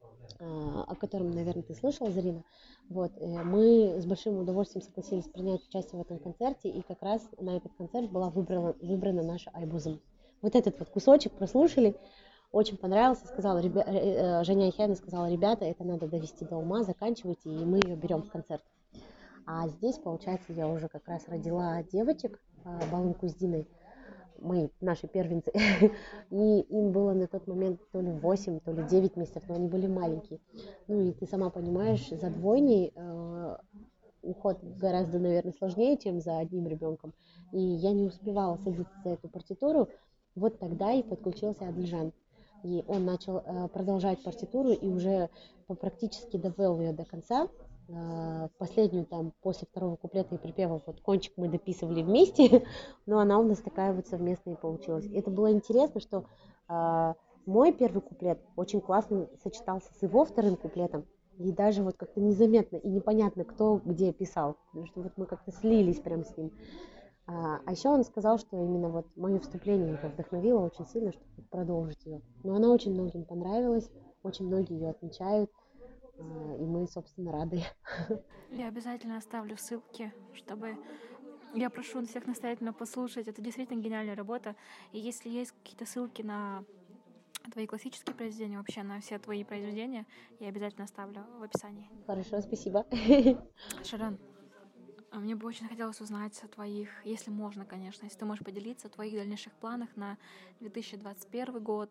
о котором, наверное, ты слышала, Зарина. Вот, мы с большим удовольствием согласились принять участие в этом концерте, и как раз на этот концерт была выбрана, выбрана наша «Айбозым». Вот этот вот кусочек прослушали, очень понравился, сказала, ребя... э, э, Женя Ахяевна сказала, ребята, это надо довести до ума, заканчивайте, и мы ее берем в концерт. А здесь, получается, я уже как раз родила девочек, э, Балунку с Диной, мы, наши первенцы, и им было на тот момент то ли восемь, то ли девять месяцев, но они были маленькие. Ну и ты сама понимаешь, за двойней э, уход гораздо, наверное, сложнее, чем за одним ребенком. И я не успевала садиться за эту партитуру. Вот тогда и подключился Адельжан. И он начал э, продолжать партитуру и уже практически довел ее до конца. Э, последнюю там после второго куплета и припева вот кончик мы дописывали вместе, но она у нас такая вот совместная и получилась. И это было интересно, что э, мой первый куплет очень классно сочетался с его вторым куплетом. И даже вот как-то незаметно и непонятно, кто где писал, потому что вот мы как-то слились прям с ним. А, а еще он сказал, что именно вот мое вступление его вдохновило очень сильно, чтобы продолжить ее. Но она очень многим понравилась, очень многие ее отмечают, а, и мы, собственно, рады. Я обязательно оставлю ссылки, чтобы... Я прошу всех настоятельно послушать. Это действительно гениальная работа. И если есть какие-то ссылки на твои классические произведения, вообще на все твои произведения, я обязательно оставлю в описании. Хорошо, спасибо. Шаран, мне бы очень хотелось узнать о твоих, если можно, конечно, если ты можешь поделиться, о твоих дальнейших планах на две тысячи двадцать первый год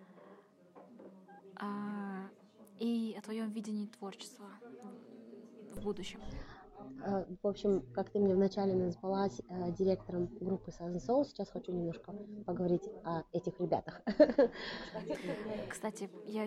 а, и о твоем видении творчества в будущем. В общем, как ты мне вначале назвалась э, директором группы Southern Soul, сейчас хочу немножко поговорить о этих ребятах. Кстати, я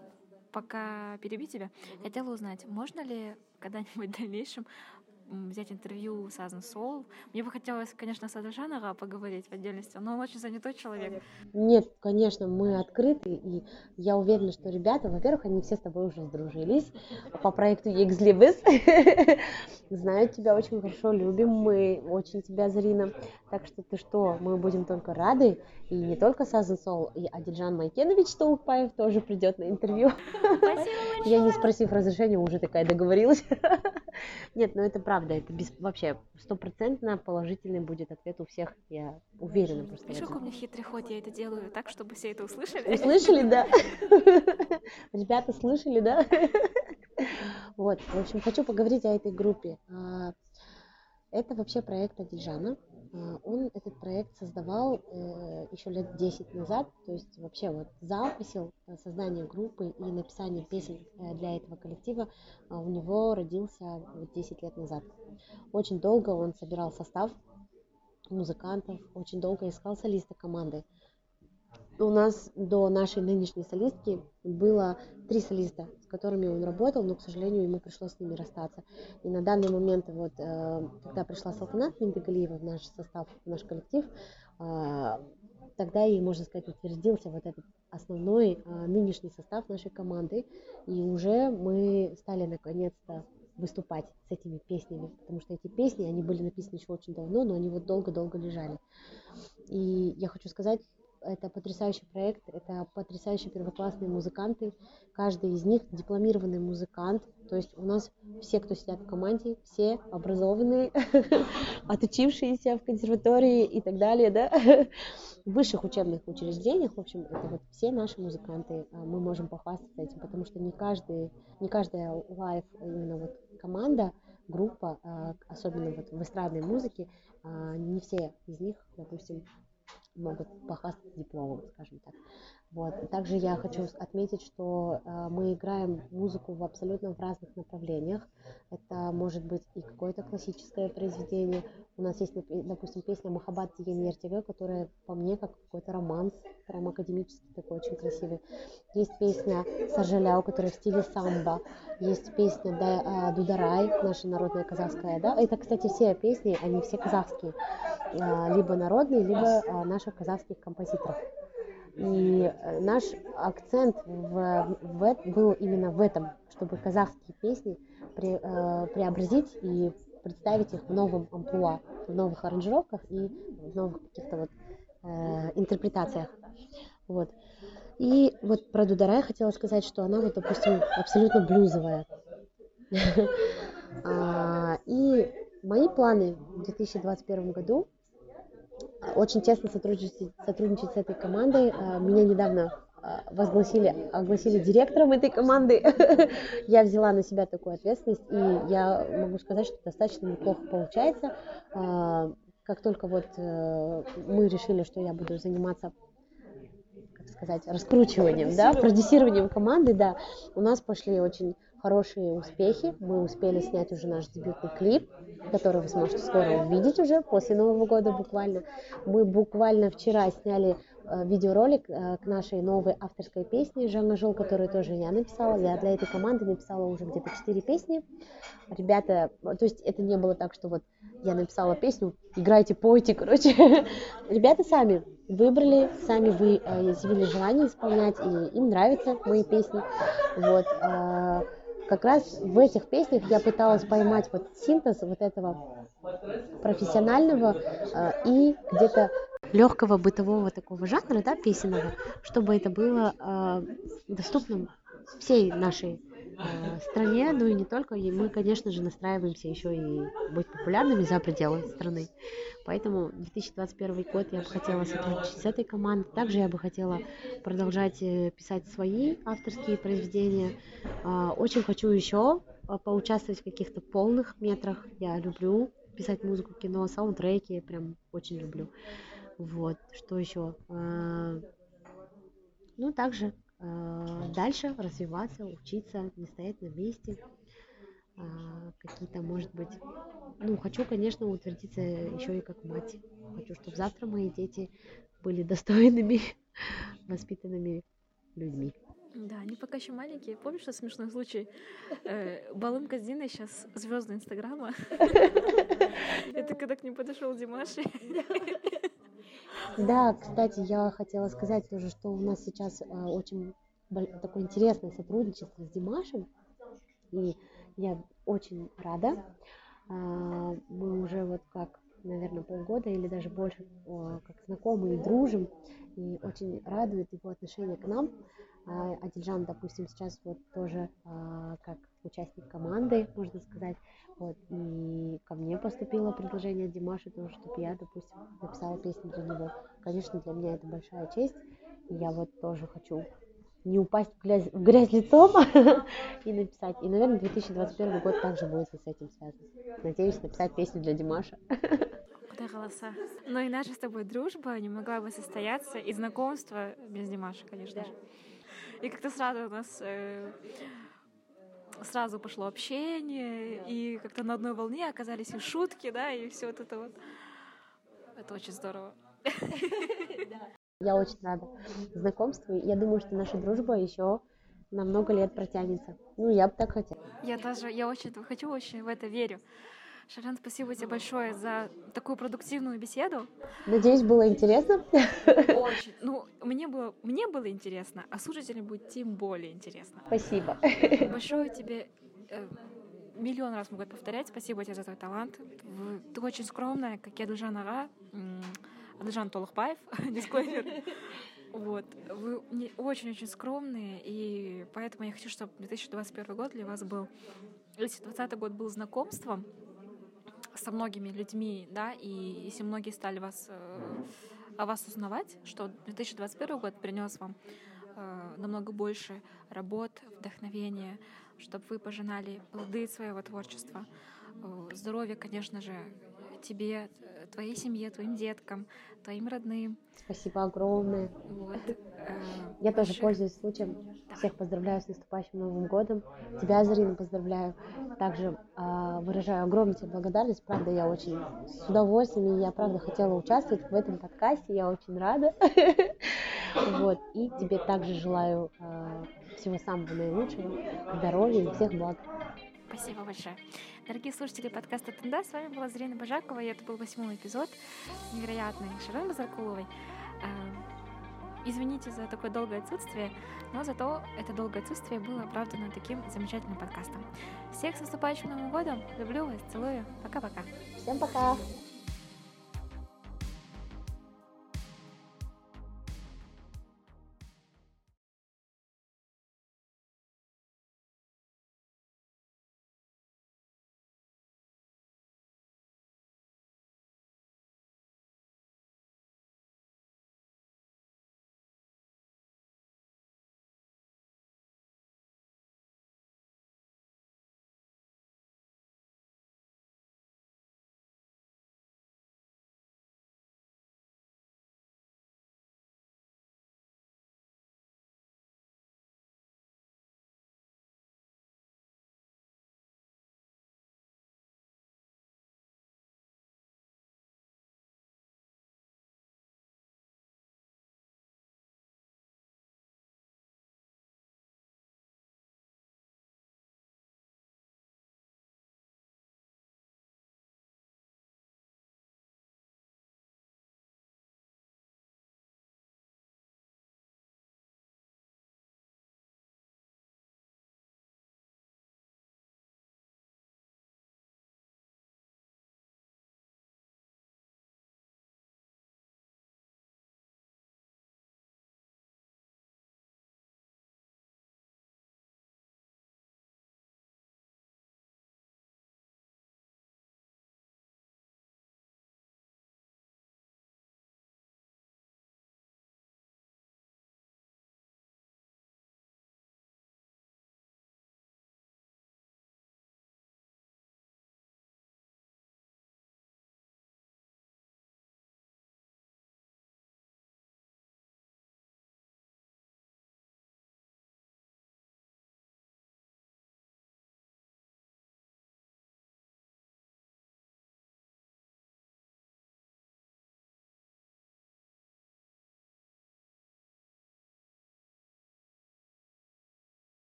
пока перебью тебя, хотела узнать, можно ли когда-нибудь в дальнейшем взять интервью у Southern Soul. Мне бы хотелось, конечно, с Адельжаном поговорить в отдельности, но он очень занятой человек. Нет, конечно, мы открыты, и я уверена, что ребята, во-первых, они все с тобой уже сдружились по проекту Екзлибес. Знают тебя очень хорошо, любим мы очень тебя, Зарина. Так что ты что, мы будем только рады. И не только Southern Soul, и Адельжан Майкенович Толукпаев тоже придет на интервью. Спасибо. Я, не спросив разрешения, уже такая договорилась. Нет, ну это правда, это без, вообще стопроцентно положительный будет ответ у всех, я уверена просто. Видишь, какой у меня хитрый ход, я это делаю так, чтобы все это услышали. Услышали, да? Ребята, слышали, да? Вот, в общем, хочу поговорить о этой группе. Это вообще проект Адельжана. Он этот проект создавал э, еще лет десять назад, то есть вообще вот замысел создания группы и написания песен для этого коллектива э, у него родился вот десять лет назад. Очень долго он собирал состав музыкантов, очень долго искал солиста команды. У нас до нашей нынешней солистки было три солиста, с которыми он работал, но, к сожалению, ему пришлось с ними расстаться. И на данный момент, вот, когда пришла Салтанат Миндегалиева в наш состав, в наш коллектив, тогда и, можно сказать, утвердился вот этот основной нынешний состав нашей команды. И уже мы стали наконец-то выступать с этими песнями, потому что эти песни, они были написаны еще очень давно, но они вот долго-долго лежали. И я хочу сказать, это потрясающий проект, это потрясающие первоклассные музыканты, каждый из них дипломированный музыкант, то есть у нас все, кто сидят в команде, все образованные, отучившиеся в консерватории и так далее, да, в высших учебных учреждениях, в общем, это вот все наши музыканты, мы можем похвастаться этим, потому что не каждый, не каждая лайв, именно вот команда, группа, особенно вот в эстрадной музыке, не все из них, допустим, могут похвастаться дипломом, скажем так. Вот. Также я хочу отметить, что э, мы играем музыку в абсолютно в разных направлениях. Это может быть и какое-то классическое произведение. У нас есть, допустим, песня «Махаббат Диен Ертеге», которая по мне как какой-то романс, прям академический такой, очень красивый. Есть песня «Сожаляу», которая в стиле самбо. Есть песня «Дударай», наша народная казахская. Да? Это, кстати, все песни, они все казахские. Либо народные, либо наших казахских композиторов. И наш акцент в, в, был именно в этом, чтобы казахские песни пре, э, преобразить и представить их в новом амплуа, в новых аранжировках и в новых каких-то вот э, интерпретациях. Вот. И вот про Дударай хотела сказать, что она вот, допустим, абсолютно блюзовая. И мои планы в две тысячи двадцать первом году очень тесно сотрудничать, сотрудничать с этой командой. Меня недавно возгласили, огласили директором этой команды. Я взяла на себя такую ответственность, и я могу сказать, что достаточно неплохо получается. Как только вот мы решили, что я буду заниматься, как сказать, раскручиванием, да, продюсированием команды, да, у нас пошли очень хорошие успехи. Мы успели снять уже наш дебютный клип, который вы сможете скоро увидеть уже после Нового года буквально. Мы буквально вчера сняли э, видеоролик э, к нашей новой авторской песне «Жаңа жыл», которую тоже я написала. Я для этой команды написала уже где-то четыре песни. Ребята, то есть это не было так, что вот я написала песню, играйте, пойте, короче. Ребята сами выбрали, сами вы э, изъявили желание исполнять, и им нравятся мои песни. Вот. Э, как раз в этих песнях я пыталась поймать вот синтез вот этого профессионального э, и где-то легкого бытового такого жанра, да, песенного, чтобы это было э, доступным всей нашей э, стране, ну и не только. И мы, конечно же, настраиваемся еще и быть популярными за пределы страны. Поэтому две тысячи двадцать первый год я бы хотела сотрудничать с этой командой. Также я бы хотела продолжать писать свои авторские произведения. Э, очень хочу еще поучаствовать в каких-то полных метрах. Я люблю писать музыку, кино, саундтреки, я прям очень люблю. Вот, что еще? Э, ну, также дальше развиваться, учиться, не стоять на месте, какие-то, может быть, ну, хочу, конечно, утвердиться еще и как мать. Хочу, чтобы завтра мои дети были достойными, воспитанными людьми. Да, они пока еще маленькие. Помнишь, что смешной случай? Э, Балымка с Диной сейчас звезды Инстаграма. Это когда к ним подошел Димаш. Да, кстати, я хотела сказать тоже, что у нас сейчас э, очень такое интересное сотрудничество с Димашем, и я очень рада. Э, мы уже вот как, наверное, полгода или даже больше э, как знакомы и дружим, и очень радует его отношение к нам. Э, Адильжан, допустим, сейчас вот тоже э, как участник команды, можно сказать. Вот, и ко мне поступило предложение от Димаша, тоже, чтобы я, допустим, написала песню для него. Конечно, для меня это большая честь, и я вот тоже хочу не упасть в грязь, в грязь лицом и написать. И, наверное, две тысячи двадцать первый год также будет с этим связан. Надеюсь написать песню для Димаша. Куда голоса. Но и наша с тобой дружба не могла бы состояться, и знакомство без Димаша, конечно же. И как-то сразу у нас... Э- Сразу пошло общение, и как-то на одной волне оказались и шутки, да, и все вот это вот. Это очень здорово. Я очень рада знакомству. Я думаю, что наша дружба еще на много лет протянется. Ну, я бы так хотела. Я тоже, я очень этого хочу, очень в это верю. Шаран, спасибо тебе большое за такую продуктивную беседу. Надеюсь, было интересно. Очень. Ну, мне было, мне было интересно, а слушателям будет тем более интересно. Спасибо. Большое тебе, э, миллион раз могу повторять, спасибо тебе за твой талант. Ты очень скромная, как и Адильжан Ага, Адильжан Толықбаев, дисклеймер. Вот. Вы очень-очень скромные, и поэтому я хочу, чтобы две тысячи двадцать первый год для вас был, две тысячи двадцатый год был знакомством со многими людьми, да, и если многие стали вас, э, о вас узнавать, что две тысячи двадцать первый год принес вам э, намного больше работ, вдохновения, чтобы вы пожинали плоды своего творчества, э, здоровья, конечно же, тебе, твоей семье, твоим деткам, твоим родным. Спасибо огромное. Вот. Я тоже пользуюсь случаем. Всех поздравляю с наступающим Новым годом. Тебя, Зарина, поздравляю. Также э, выражаю огромную тебе благодарность. Правда, я очень с удовольствием, и я, правда, хотела участвовать в этом подкасте. Я очень рада. Вот. И тебе также желаю э, всего самого наилучшего, здоровья и всех благ. Спасибо большое. Дорогие слушатели подкаста «Танда», с вами была Зарина Бажакова, и это был восьмой эпизод с невероятной Шаран Базаркуловой. Извините за такое долгое отсутствие, но зато это долгое отсутствие было оправдано таким замечательным подкастом. Всех с наступающим Новым годом! Люблю вас, целую. Пока-пока. Всем пока!